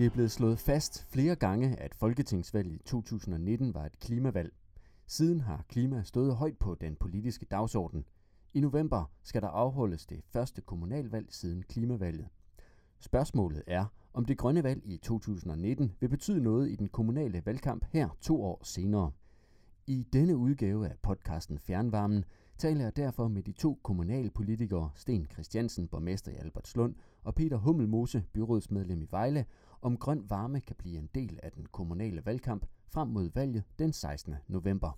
Det er blevet slået fast flere gange, at folketingsvalget i 2019 var et klimavalg. Siden har klima stået højt på den politiske dagsorden. I november skal der afholdes det første kommunalvalg siden klimavalget. Spørgsmålet er, om det grønne valg i 2019 vil betyde noget i den kommunale valgkamp her 2 år senere. I denne udgave af podcasten Fjernvarmen taler jeg derfor med de 2 kommunalpolitikere, Sten Christiansen, borgmester i Albertslund, og Peter Hummelmose, byrådsmedlem i Vejle, om grøn varme kan blive en del af den kommunale valgkamp frem mod valget den 16. november.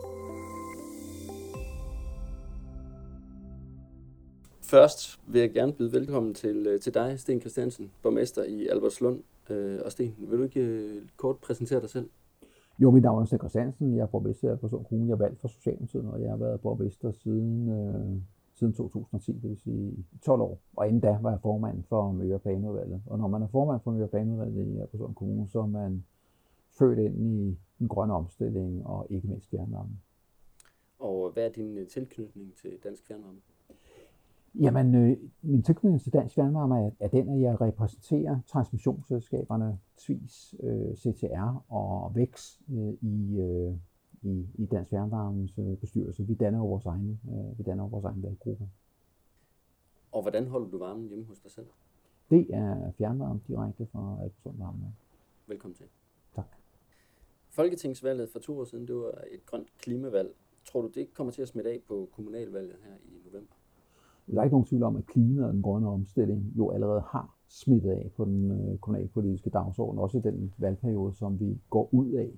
Først vil jeg gerne byde velkommen til dig, Sten Christiansen, borgmester i Albertslund. Og Sten, vil du ikke kort præsentere dig selv? Jo, mit navn er Sten Christiansen. Jeg er borgmester i Albertslund Kommune. Jeg er valgt for Socialdemokratiet, og jeg har været borgmester siden 2010, det vil sige 12 år. Og inden da var jeg formand for Miljø- og Planudvalget. Og når man er formand for Miljø- og Planudvalget i Albertslund Kommune, så er man født ind i den grønne omstilling og ikke mindst fjernvarme. Og hvad er din tilknytning til Dansk Fjernvarme? Jamen, min tilknytning til Dansk Fjernvarme er den, at jeg repræsenterer transmissionsselskaberne Tvis, CTR og Vex i Dansk Fjernvarmes bestyrelse. Vi danner jo vores egen valggruppe. Og hvordan holder du varmen hjemme hos dig selv? Det er fjernvarme direkte fra Albertslund Varme. Velkommen til. Tak. Folketingsvalget for 2 år siden, det var et grønt klimavalg. Tror du, det kommer til at smitte af på kommunalvalget her i november? Der er ikke nogen tvivl om, at klima og den grønne omstilling jo allerede har smittet af på den kommunalpolitiske dagsorden. Også i den valgperiode, som vi går ud af,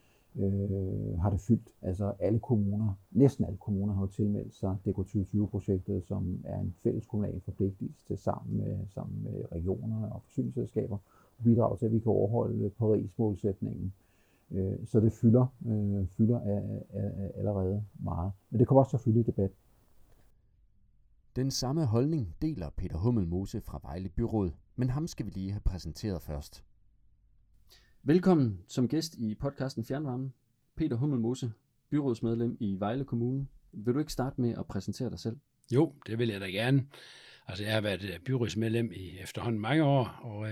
har det fyldt. Altså næsten alle kommuner har jo tilmeldt sig DK 2020-projektet, som er en fælles kommunal forpligtelse sammen med regioner og forsyningsselskaber, og bidrager til, at vi kan overholde Paris-målsætningen. Så det fylder allerede meget. Men det kommer også til at fylde i debat. Den samme holdning deler Peter Hummelmose fra Vejle Byråd, men ham skal vi lige have præsenteret først. Velkommen som gæst i podcasten Fjernvarmen, Peter Hummelmose, byrådsmedlem i Vejle Kommune. Vil du ikke starte med at præsentere dig selv? Jo, det vil jeg da gerne. Altså, jeg har været byrådsmedlem i efterhånden mange år, og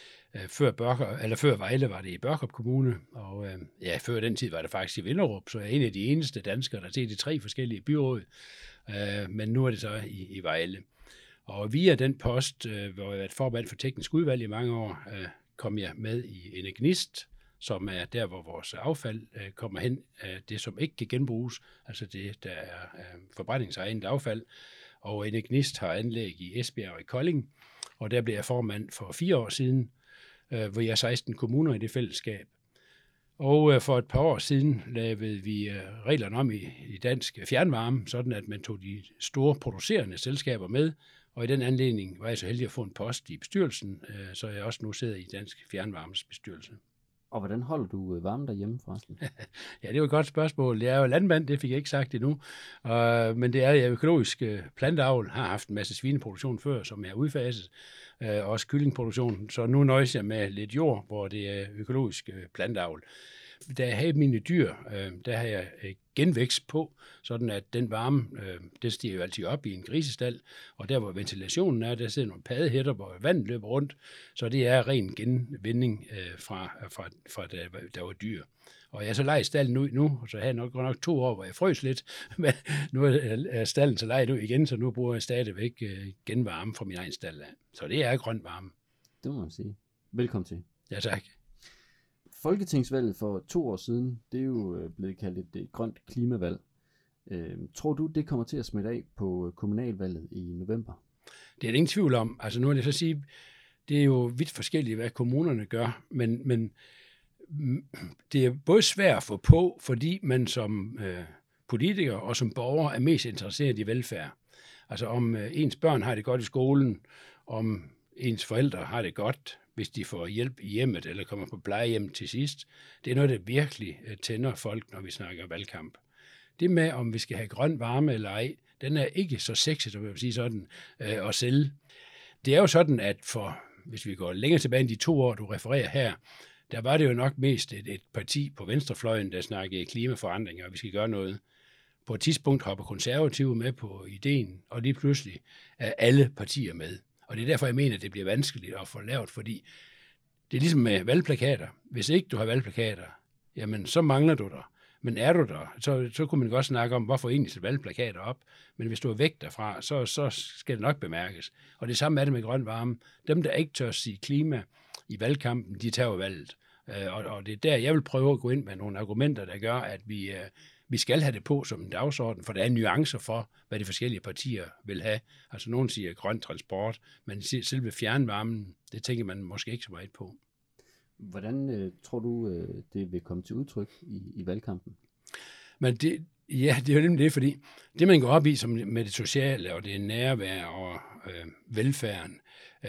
før Vejle var det i Børkop Kommune, og før den tid var det faktisk i Vinderup, så jeg er en af de eneste danskere, der sidder i 3 forskellige byråd, men nu er det så i Vejle. Og via den post, hvor jeg har været formand for teknisk udvalg i mange år, kom jeg med i Energist, som er der, hvor vores affald kommer hen, det som ikke kan genbruges, altså det, der er forbrændingsegnede affald. Og Energist har anlæg i Esbjerg og i Kolding, og der blev jeg formand for 4 år siden, hvor jeg er 16 kommuner i det fællesskab. Og for et par år siden lavede vi reglerne om i Dansk Fjernvarme, sådan at man tog de store producerende selskaber med, og i den anledning var jeg så heldig at få en post i bestyrelsen, så jeg også nu sidder i Dansk Fjernvarmes bestyrelse. Og hvordan holder du varmen derhjemme forresten? Ja, det er jo et godt spørgsmål. Jeg er jo landmand, det fik jeg ikke sagt endnu. Men det er jeg økologisk planteavl, har haft en masse svineproduktion før, som jeg har udfaset. Også kyllingproduktion. Så nu nøjes jeg med lidt jord, hvor det er økologisk planteavl. Da jeg havde mine dyr, der har jeg genvækst på, sådan at den varme, det stiger jo altid op i en grisestald, og der hvor ventilationen er, der sidder nogle padehætter, hvor vandet løber rundt, så det er ren genvinding fra da der var dyr. Og jeg er så lejet stallen ud nu, så har jeg nok 2 år, hvor jeg frøs lidt, men nu er stallen så lejet ud igen, så nu bruger jeg stadigvæk genvarme fra min egen stald af. Så det er grøn varme. Det må man sige. Velkommen til. Ja, tak. Folketingsvalget for 2 år siden, det er jo blevet kaldt et grønt klimavalg. Tror du, det kommer til at smitte af på kommunalvalget i november? Det er der ingen tvivl om. Altså nu vil jeg så sige, det er jo vidt forskelligt, hvad kommunerne gør, men det er både svært at få på, fordi man som politiker og som borger er mest interesseret i velfærd. Altså om ens børn har det godt i skolen, om ens forældre har det godt, hvis de får hjælp i hjemmet eller kommer på plejehjem til sidst. Det er noget, der virkelig tænder folk, når vi snakker valgkamp. Det med, om vi skal have grøn varme eller ej, den er ikke så sexet, som jeg vil sige sådan, at sælge. Det er jo sådan, at hvis vi går længere tilbage end de 2 år, du refererer her, der var det jo nok mest et parti på venstrefløjen, der snakkede klimaforandringer, og vi skal gøre noget. På et tidspunkt hopper konservative med på ideen, og lige pludselig er alle partier med. Og det er derfor, jeg mener, at det bliver vanskeligt at få lavet, fordi det er ligesom med valgplakater. Hvis ikke du har valgplakater, jamen så mangler du der. Men er du der, så kunne man godt snakke om, hvorfor egentlig sætte valgplakater op. Men hvis du er væk derfra, så skal det nok bemærkes. Og det samme er det med grøn varme. Dem, der ikke tør sige klima i valgkampen, de tager valget. Og det er der, jeg vil prøve at gå ind med nogle argumenter, der gør, at vi skal have det på som en dagsorden, for der er nuancer for, hvad de forskellige partier vil have. Altså nogen siger grøn transport, men selve fjernvarmen, det tænker man måske ikke så meget på. Hvordan tror du, det vil komme til udtryk i valgkampen? Men det er jo nemlig det, fordi det, man går op i som med det sociale og det nærvær og velfærden,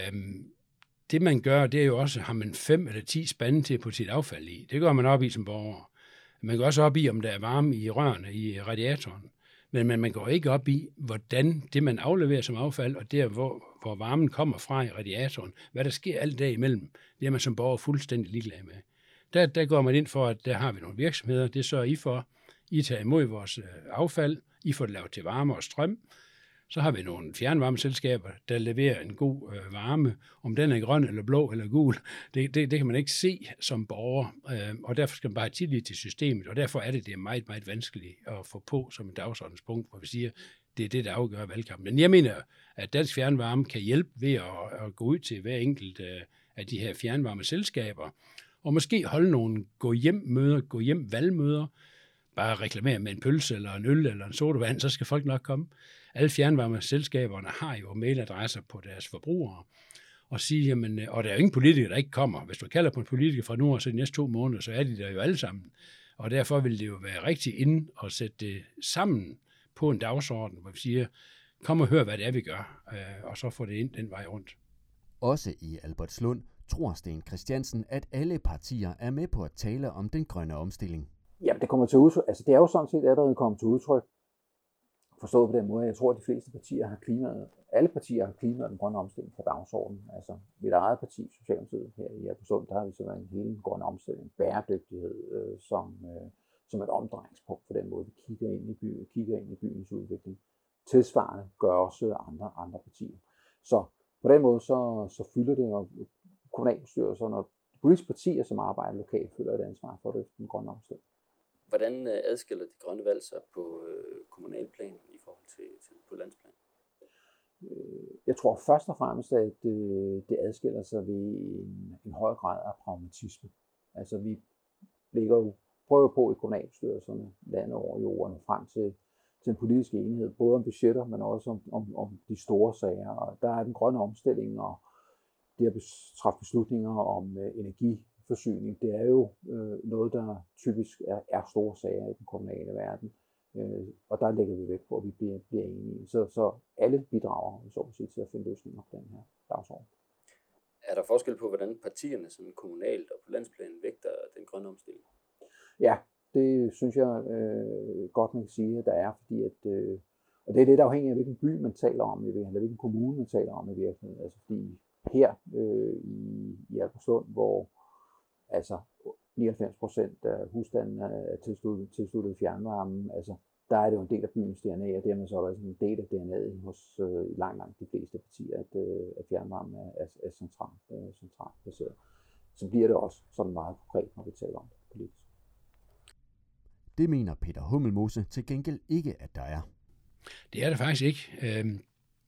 det man gør, det er jo også, har man 5 eller 10 spande til at putte sit affald i. Det går man op i som borger. Man går også op i, om der er varme i rørene, i radiatoren. Men man går ikke op i, hvordan det, man afleverer som affald, og der, hvor varmen kommer fra i radiatoren, hvad der sker alt derimellem, det er man som borger fuldstændig ligeglad med. Der går man ind for, at der har vi nogle virksomheder, det sørger I for. I tager imod vores affald, I får det lavet til varme og strøm. Så har vi nogle fjernvarmeselskaber, der leverer en god varme. Om den er grøn eller blå eller gul, det kan man ikke se som borger, og derfor skal man bare have tillid til systemet, og derfor er det meget, meget vanskeligt at få på som et dagsordenspunkt, hvor vi siger, det er det, der afgør valgkampen. Men jeg mener, at dansk fjernvarme kan hjælpe ved at gå ud til hver enkelt af de her fjernvarmeselskaber, og måske holde nogle gå hjem valgmøder, bare reklamere med en pølse eller en øl eller en sodavand, så skal folk nok komme. Alle fjernvarmeselskaberne har jo mailadresser på deres forbrugere, og sige, jamen, og der er jo ingen politikere, der ikke kommer. Hvis du kalder på en politiker fra nu og så de næste 2 måneder, så er de der jo alle sammen. Og derfor vil det jo være rigtig inde at sætte det sammen på en dagsorden, hvor vi siger, kom og hør, hvad det er, vi gør, og så få det ind den vej rundt. Også i Albertslund tror Sten Christiansen, at alle partier er med på at tale om den grønne omstilling. Jamen, det kommer til udtryk. Altså, det er jo sådan set allerede kommet til udtryk. Forstået på den måde, jeg tror, at de fleste partier har klimaet, alle partier har klimaet og den grønne omstilling på dagsordenen. Altså, mit eget parti, Socialdemokratiet, her i Albertslund, der har vi simpelthen hele den grønne omstilling, bæredygtighed, som et omdrejningspunkt på den måde, vi kigger ind i byens udvikling. Tilsvarende gør også andre partier. Så på den måde, så fylder det, og kommunalbestyrelserne og de politiske partier, som arbejder lokalt, føler et ansvar for det, den grønne omstilling. Hvordan adskiller de grønne valg sig på kommunalplan i forhold til på landsplan? Jeg tror først og fremmest, at det adskiller sig ved en høj grad af pragmatisme. Altså vi prøver på i kommunalbestyrelserne landet over jorden frem til en politisk enighed, både om budgetter, men også om de store sager. Og der er den grønne omstilling og det at træffe beslutninger om energiforsyning. Det er jo noget, der typisk er store sager i den kommunale verden. Og der lægger vi vægt på, at vi bliver enige. Så alle bidrager så at sige, til at finde løsninger på den her dagsorden. Er der forskel på, hvordan partierne sådan kommunalt og på landsplan vægter den grønne omstilling? Ja, det synes jeg godt, man kan sige, at der er, fordi at, og det er lidt afhængigt af, hvilken by man taler om, eller hvilken kommune man taler om i virkeligheden. Altså fordi her i Albertslund, hvor altså 99% af husstandene er tilsluttet fjernvarmen, altså der er det jo en del af byens DNA, og dermed så er der en del af DNA'et hos langt de fleste partier, at fjernvarmen er centralt baseret. Så bliver det også sådan meget konkret, når vi taler om det politisk. Det mener Peter Hummelmose til gengæld ikke, at der er. Det er der faktisk ikke.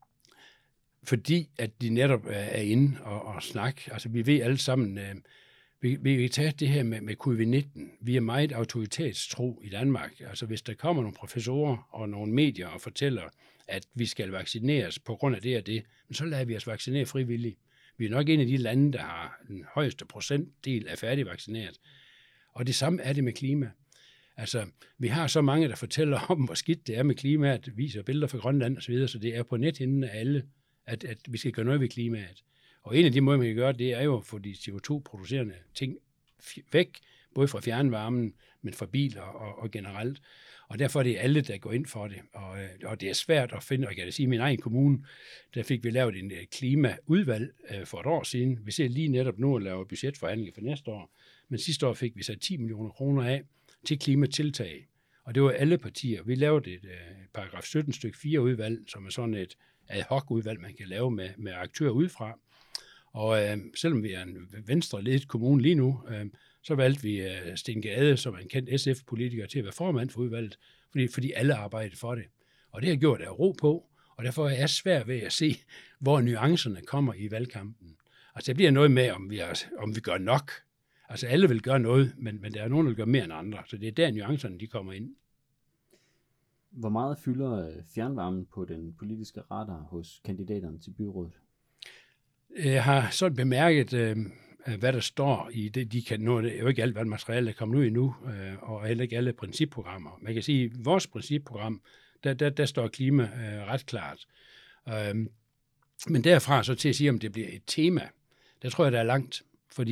Fordi at de netop er inde og snakke. Altså vi ved alle sammen, vi tager det her med covid-19. Vi er meget autoritetstro i Danmark. Altså hvis der kommer nogle professorer og nogle medier og fortæller, at vi skal vaccineres på grund af det og det, så lader vi os vaccinere frivilligt. Vi er nok en af de lande, der har den højeste procentdel af færdigvaccineret. Og det samme er det med klima. Altså, vi har så mange, der fortæller om, hvor skidt det er med klimaet, viser billeder fra Grønland osv., så det er på nethinden af alle, at vi skal gøre noget ved klimaet. Og en af de måder, man kan gøre, det er jo at få de CO2-producerende ting væk, både fra fjernvarmen, men fra biler og generelt. Og derfor er det alle, der går ind for det. Og det er svært at finde, og jeg kan sige, i min egen kommune, der fik vi lavet en klimaudvalg for et år siden. Vi ser lige netop nu at lave budgetforhandlinger for næste år, men sidste år fik vi sat 10 millioner kroner af til klimatiltag. Og det var alle partier. Vi lavede et paragraf 17 stykke 4 udvalg, som er sådan et ad hoc udvalg, man kan lave med aktører udefra. Og selvom vi er en venstreledet kommune lige nu, så valgte vi Sten Gade, som er en kendt SF-politiker, til at være formand for udvalget, fordi alle arbejdede for det. Og det har gjort, at der er ro på, og derfor er jeg svært ved at se, hvor nuancerne kommer i valgkampen. Altså det bliver noget med, om vi gør nok. Altså alle vil gøre noget, men der er nogen, der vil gøre mere end andre. Så det er der nuancerne, de kommer ind. Hvor meget fylder fjernvarmen på den politiske radar hos kandidaterne til byrådet? Jeg har sådan bemærket, hvad der står i det. De kan nå det. Jo ikke alt valgmateriale, der kommer nu endnu, og heller ikke alle principprogrammer. Man kan sige, at i vores principprogram, der står klima ret klart. Men derfra så til at sige, om det bliver et tema, der tror jeg, der er langt.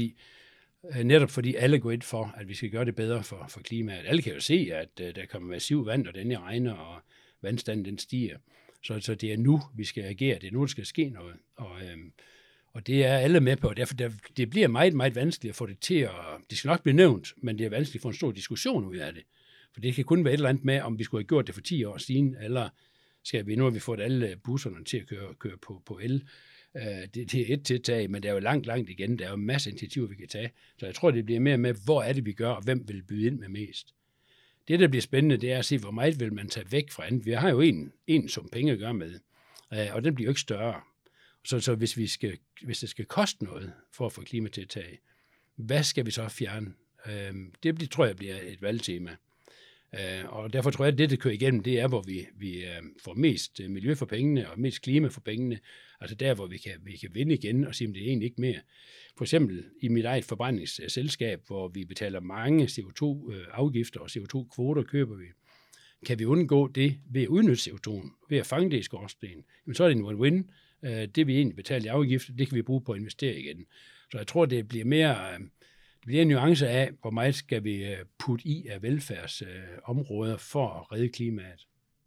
Netop fordi alle går ind for, at vi skal gøre det bedre for klimaet. Alle kan jo se, at der kommer massiv vand, og den regner, og vandstanden den stiger. Så det er nu, vi skal agere. Det er nu, der skal ske noget. Og det er alle med på. Derfor det bliver meget, meget vanskeligt at få det til at... Det skal nok blive nævnt, men det er vanskeligt at få en stor diskussion ud af det. For det kan kun være et eller andet med, om vi skulle have gjort det for 10 år siden, eller skal vi nu, har vi fået alle busserne til at køre på el. Det er et tiltag, men der er jo langt igen. Der er jo en masse initiativer, vi kan tage. Så jeg tror, det bliver mere med, hvor er det, vi gør, og hvem vil byde ind med mest. Det, der bliver spændende, det er at se, hvor meget vil man tage væk fra andet. Vi har jo en sum penge at gøre med, og den bliver jo ikke større. Så hvis det skal koste noget for at få klimatiltag, hvad skal vi så fjerne? Det tror jeg bliver et valgtema. Og derfor tror jeg, at det kører igennem, det er, hvor vi får mest miljø for pengene og mest klima for pengene. Altså der, hvor vi kan vinde igen og sige, at det er egentlig ikke mere. For eksempel i mit eget forbrændingsselskab, hvor vi betaler mange CO2-afgifter og CO2-kvoter køber vi. Kan vi undgå det ved at udnytte CO2'en, ved at fange det i skorstenen? Jamen, så er det en win-win. Det vi egentlig betaler i afgifter, det kan vi bruge på at investere igen. Så jeg tror, det bliver mere... Det bliver en nuance af, hvor meget skal vi putte i af velfærdsområder for at redde klimaet.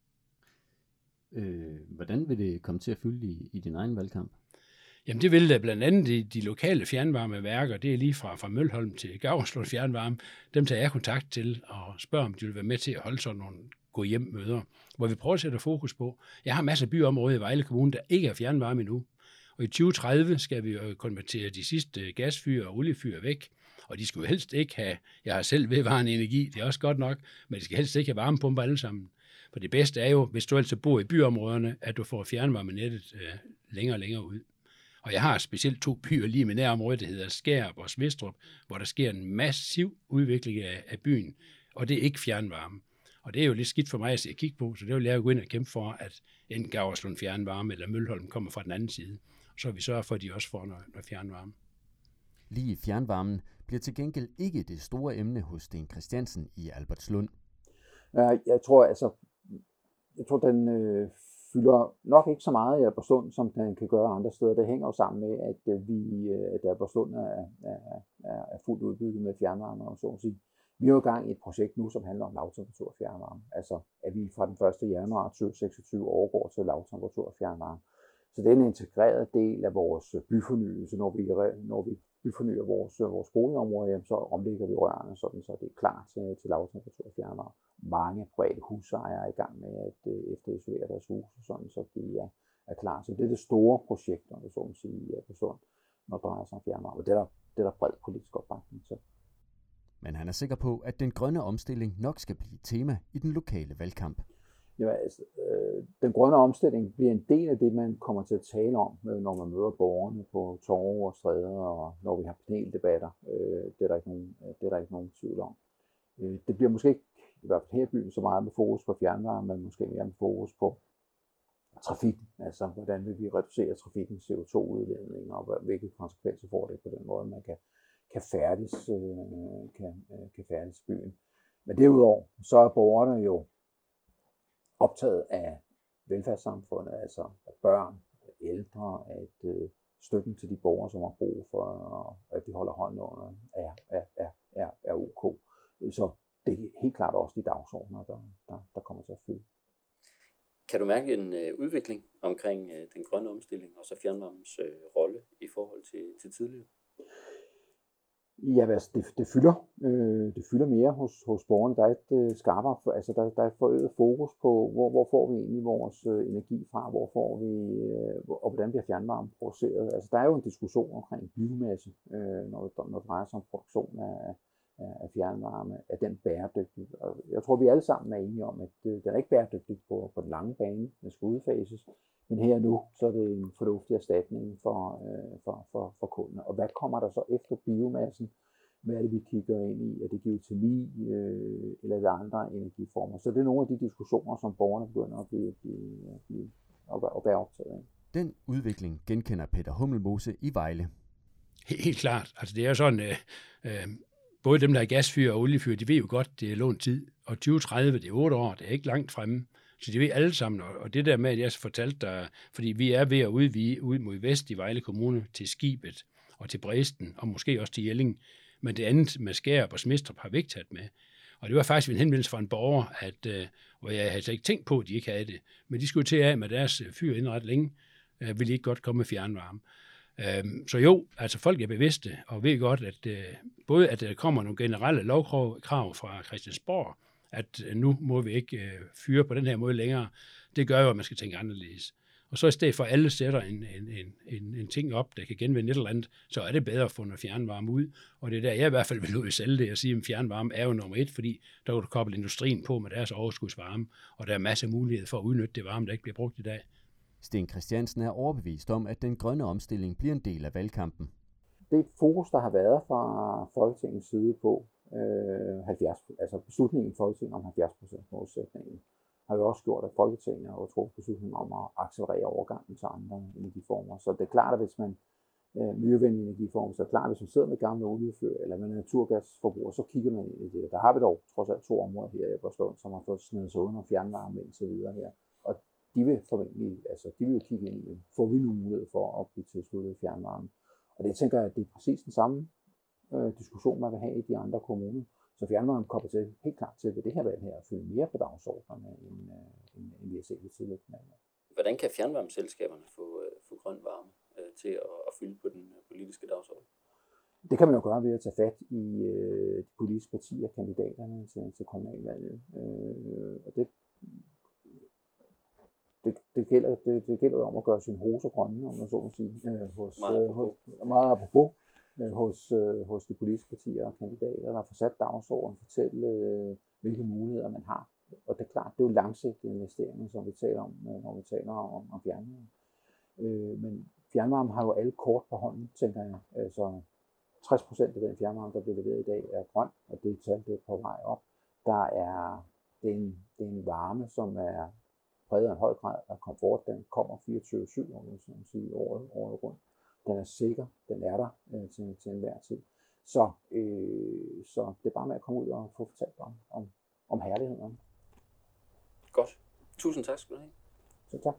Hvordan vil det komme til at fylde i din egen valgkamp? Jamen det vil da blandt andet de lokale fjernvarmeværker, det er lige fra Mølholm til Gauerslund Fjernvarme, dem tager jeg kontakt til og spørger, om de vil være med til at holde sådan nogle gå-hjem-møder, hvor vi prøver at sætte fokus på. Jeg har masser af byområder i Vejle Kommune, der ikke er fjernvarme endnu, og i 2030 skal vi konvertere de sidste gasfyr og oliefyr væk. Og de skal jo helst ikke have, jeg har selv vedvarende energi, det er også godt nok, men de skal helst ikke have varmepumper alle sammen. For det bedste er jo, hvis du altså bor i byområderne, at du får fjernvarmenettet længere og længere ud. Og jeg har specielt 2 byer lige med nærområdet, der hedder Skærup og Svedstrup, hvor der sker en massiv udvikling af byen, og det er ikke fjernvarme. Og det er jo lidt skidt for mig at se at kigge på, så det vil jeg jo gå ind og kæmpe for, at enten Gauerslund Fjernvarme eller Mølholm kommer fra den anden side. Så vi sørger for, at de også får noget fjernvarme. Lige fjernvarmen bliver til gengæld ikke det store emne hos Sten Christiansen i Albertslund. Jeg tror den fylder nok ikke så meget i Albertslund, som den kan gøre andre steder. Det hænger jo sammen med, at Albertslund er fuldt udbygget med fjernvarme og så at sige. Vi er jo i gang i et projekt nu, som handler om lavtemperatur fjernvarme. Altså, at vi fra den 1. januar 2026 overgår til lavtemperatur fjernvarme. Så det er en integreret del af vores byfornyelse. Når vi byfornyer vores boligområder, så omlægger vi rørene, sådan, så det er klar til lavtemperatur fjernvarme. Mange private husejere er i gang med at efterisolere deres huse, sådan, så de er klar. Så det er det store projekt, når det så at sige, når det drejer sig om fjernvarme. Det er der bred politisk opbakning til. Men han er sikker på, at den grønne omstilling nok skal blive et tema i den lokale valgkamp. Ja, altså, den grønne omstilling bliver en del af det, man kommer til at tale om, når man møder borgerne på torve og stræder, og når vi har paneldebatter. Det er der ikke nogen tvivl om. Det bliver måske ikke, i hvert fald her i byen, så meget med fokus på fjernvarme, men måske mere med fokus på trafikken. Altså, hvordan vil vi reducere trafikkens CO2-udledning, og hvilke konsekvenser får det på den måde, man kan færdes i byen. Men derudover, så er borgerne jo optaget af velfærdssamfundet, altså af børn, ældre, at støtten til de borgere, som har brug for, at vi holder hånden under, er ok. Så det er helt klart også de dagsordner, der kommer til at fylde. Kan du mærke en udvikling omkring den grønne omstilling og så fjernvarmens rolle i forhold til tidligere? Ja, altså det fylder mere hos borgerne. Der er et skarpere, altså der er et forøget fokus på, hvor får vi egentlig vores energi fra, hvor får vi, og hvordan bliver fjernvarme produceret. Altså der er jo en diskussion omkring biomasse, når det drejer sig om produktion af fjernvarme. Er den bæredygtig? Og jeg tror, vi alle sammen er enige om, at den er ikke bæredygtig på den lange bane, den skal udfases. Men her nu, så er det en fornuftig erstatning for kullene. Og hvad kommer der så efter biomassen? Hvad er det, vi kigger ind i? Er det geotermi, eller er det andre energiformer? Så det er nogle af de diskussioner, som borgerne begynder at være optaget af. Den udvikling genkender Peter Hummelmose i Vejle. Helt klart. Altså det er jo sådan, både dem, der er gasfyr og oliefyr, de ved jo godt, det er lånt tid. Og 2030, det er 8 år, det er ikke langt fremme. Så de ved alle sammen, og det der med, at jeg fortalte dig, fordi vi er ved at udvide ud mod vest i Vejle Kommune til Skibet og til Bræsten, og måske også til Jelling, men det andet med Skærup og Smidstrup har vi ikke taget med. Og det var faktisk en henvendelse fra en borger, hvor jeg havde ikke tænkt på, at de ikke havde det, men de skulle til af med deres fyr inden ret længe, ville de ikke godt komme med fjernvarme. Så jo, altså folk er bevidste og ved godt, at både at der kommer nogle generelle lovkrav fra Christiansborg, at nu må vi ikke fyre på den her måde længere, det gør jo, at man skal tænke anderledes. Og så i stedet for, at alle sætter en ting op, der kan genvinde et eller andet, så er det bedre at få noget fjernvarme ud. Og det er der, jeg i hvert fald vil ud sælge det og sige, at fjernvarme er jo nummer 1, fordi der kan du koble industrien på med deres overskudsvarme, og der er masser af mulighed for at udnytte det varme, der ikke bliver brugt i dag. Sten Christiansen er overbevist om, at den grønne omstilling bliver en del af valgkampen. Det fokus, der har været fra Folketingets side på beslutningen i Folketinget om 70% målsætningen, har jo også gjort, at Folketinget har truffet beslutningen om at accelerere overgangen til andre energiformer. Så det er klart, at hvis man miljøvenlige energiformer, så er det klart, at hvis man sidder med gamle oliefyr eller med naturgasforbruger, så kigger man ind i det. Der har vi dog trods alt 2 områder her i Eberslund, som har fået snedet sig uden og fjernvarme ind til videre her. Og de vil formentlig, de vil jo kigge ind i, får vi nu mulighed for at blive tilsluttet fjernvarme. Og det tænker jeg, at det er præcis den samme diskussion, man vil have i de andre kommuner. Så fjernvarme kommer til helt klart til ved det her valg her at fylde mere på dagsordnerne, end vi har set det tidligere. Hvordan kan fjernvarmeselskaberne få grøn varme til at fylde på den politiske dagsorden? Det kan man jo gøre ved at tage fat i de politiske partier, kandidaterne til kommunalvalget. Og det gælder jo om at gøre sin hoser grønne, om man så må sige, meget apropos. Hos de politiske partier og kandidater, der får sat dagsordenen, fortælle, hvilke muligheder man har. Og det er klart, det er jo langsigtede investeringer, som vi taler om, når vi taler om fjernvarme. Men fjernvarme har jo alle kort på hånden, tænker jeg. Så 60% af den fjernvarme, der bliver leveret i dag, er grøn, og det er tal, det er på vej op. Det er en varme, som er præget af en høj grad af komfort. Den kommer 24/7, om man så sige, året rundt. Den er sikker, den er der til enhver tid. Så det er bare med at komme ud og få fortalt om herligheden. Godt. Tusind tak skal du have. Så tak.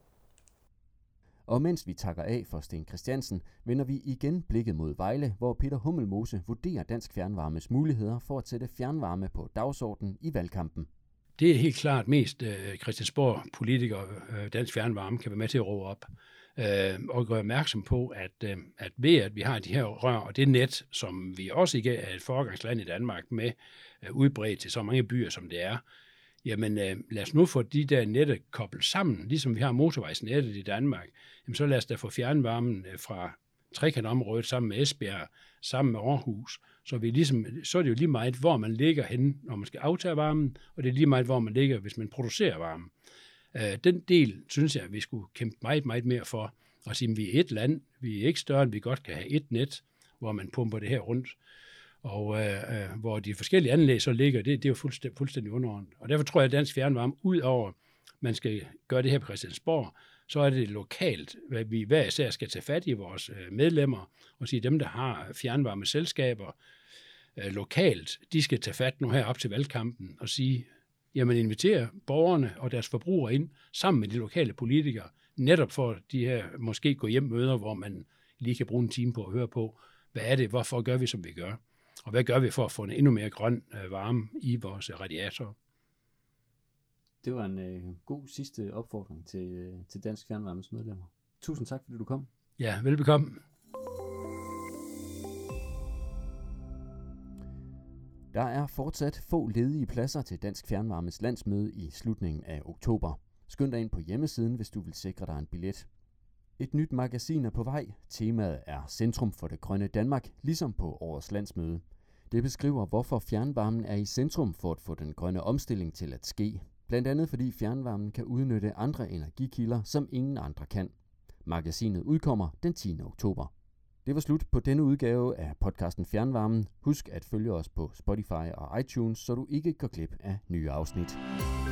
Og mens vi takker af for Sten Christiansen, vender vi igen blikket mod Vejle, hvor Peter Hummelmose vurderer Dansk Fjernvarmes muligheder for at sætte fjernvarme på dagsordenen i valgkampen. Det er helt klart mest Christiansborg-politikere, Dansk Fjernvarme, kan være med til at råbe op. Og gøre opmærksom på, at ved at vi har de her rør og det net, som vi også ikke er et foregangsland i Danmark med udbredt til så mange byer, som det er, jamen lad os nu få de der nette koblet sammen, ligesom vi har motorvejsnettet i Danmark, jamen så lad os da få fjernvarmen fra trekantområdet sammen med Esbjerg, sammen med Aarhus, så er det jo lige meget, hvor man ligger henne, når man skal aftage varmen, og det er lige meget, hvor man ligger, hvis man producerer varmen. Den del, synes jeg, vi skulle kæmpe meget, meget mere for. Og sige, at vi er et land, vi er ikke større, end vi godt kan have et net, hvor man pumper det her rundt. Og hvor de forskellige anlæg så ligger, det er jo fuldstændig underordnet. Og derfor tror jeg, at Dansk Fjernvarme, udover man skal gøre det her på Christiansborg, så er det lokalt, hvad vi hver især skal tage fat i vores medlemmer, og sige, dem, der har fjernvarmeselskaber lokalt, de skal tage fat nu her op til valgkampen og sige, jamen invitere borgerne og deres forbrugere ind sammen med de lokale politikere, netop for de her måske gå hjem møder, hvor man lige kan bruge en time på at høre på, hvad er det, hvorfor gør vi, som vi gør, og hvad gør vi for at få en endnu mere grøn varme i vores radiatorer. Det var en god sidste opfordring til Dansk Fjernvarmes medlemmer. Tusind tak, fordi du kom. Ja, velbekomme. Der er fortsat få ledige pladser til Dansk Fjernvarmes landsmøde i slutningen af oktober. Skynd dig ind på hjemmesiden, hvis du vil sikre dig en billet. Et nyt magasin er på vej. Temaet er Centrum for det grønne Danmark, ligesom på årets landsmøde. Det beskriver, hvorfor fjernvarmen er i centrum for at få den grønne omstilling til at ske. Blandt andet fordi fjernvarmen kan udnytte andre energikilder, som ingen andre kan. Magasinet udkommer den 10. oktober. Det var slut på denne udgave af podcasten Fjernvarmen. Husk at følge os på Spotify og iTunes, så du ikke går glip af nye afsnit.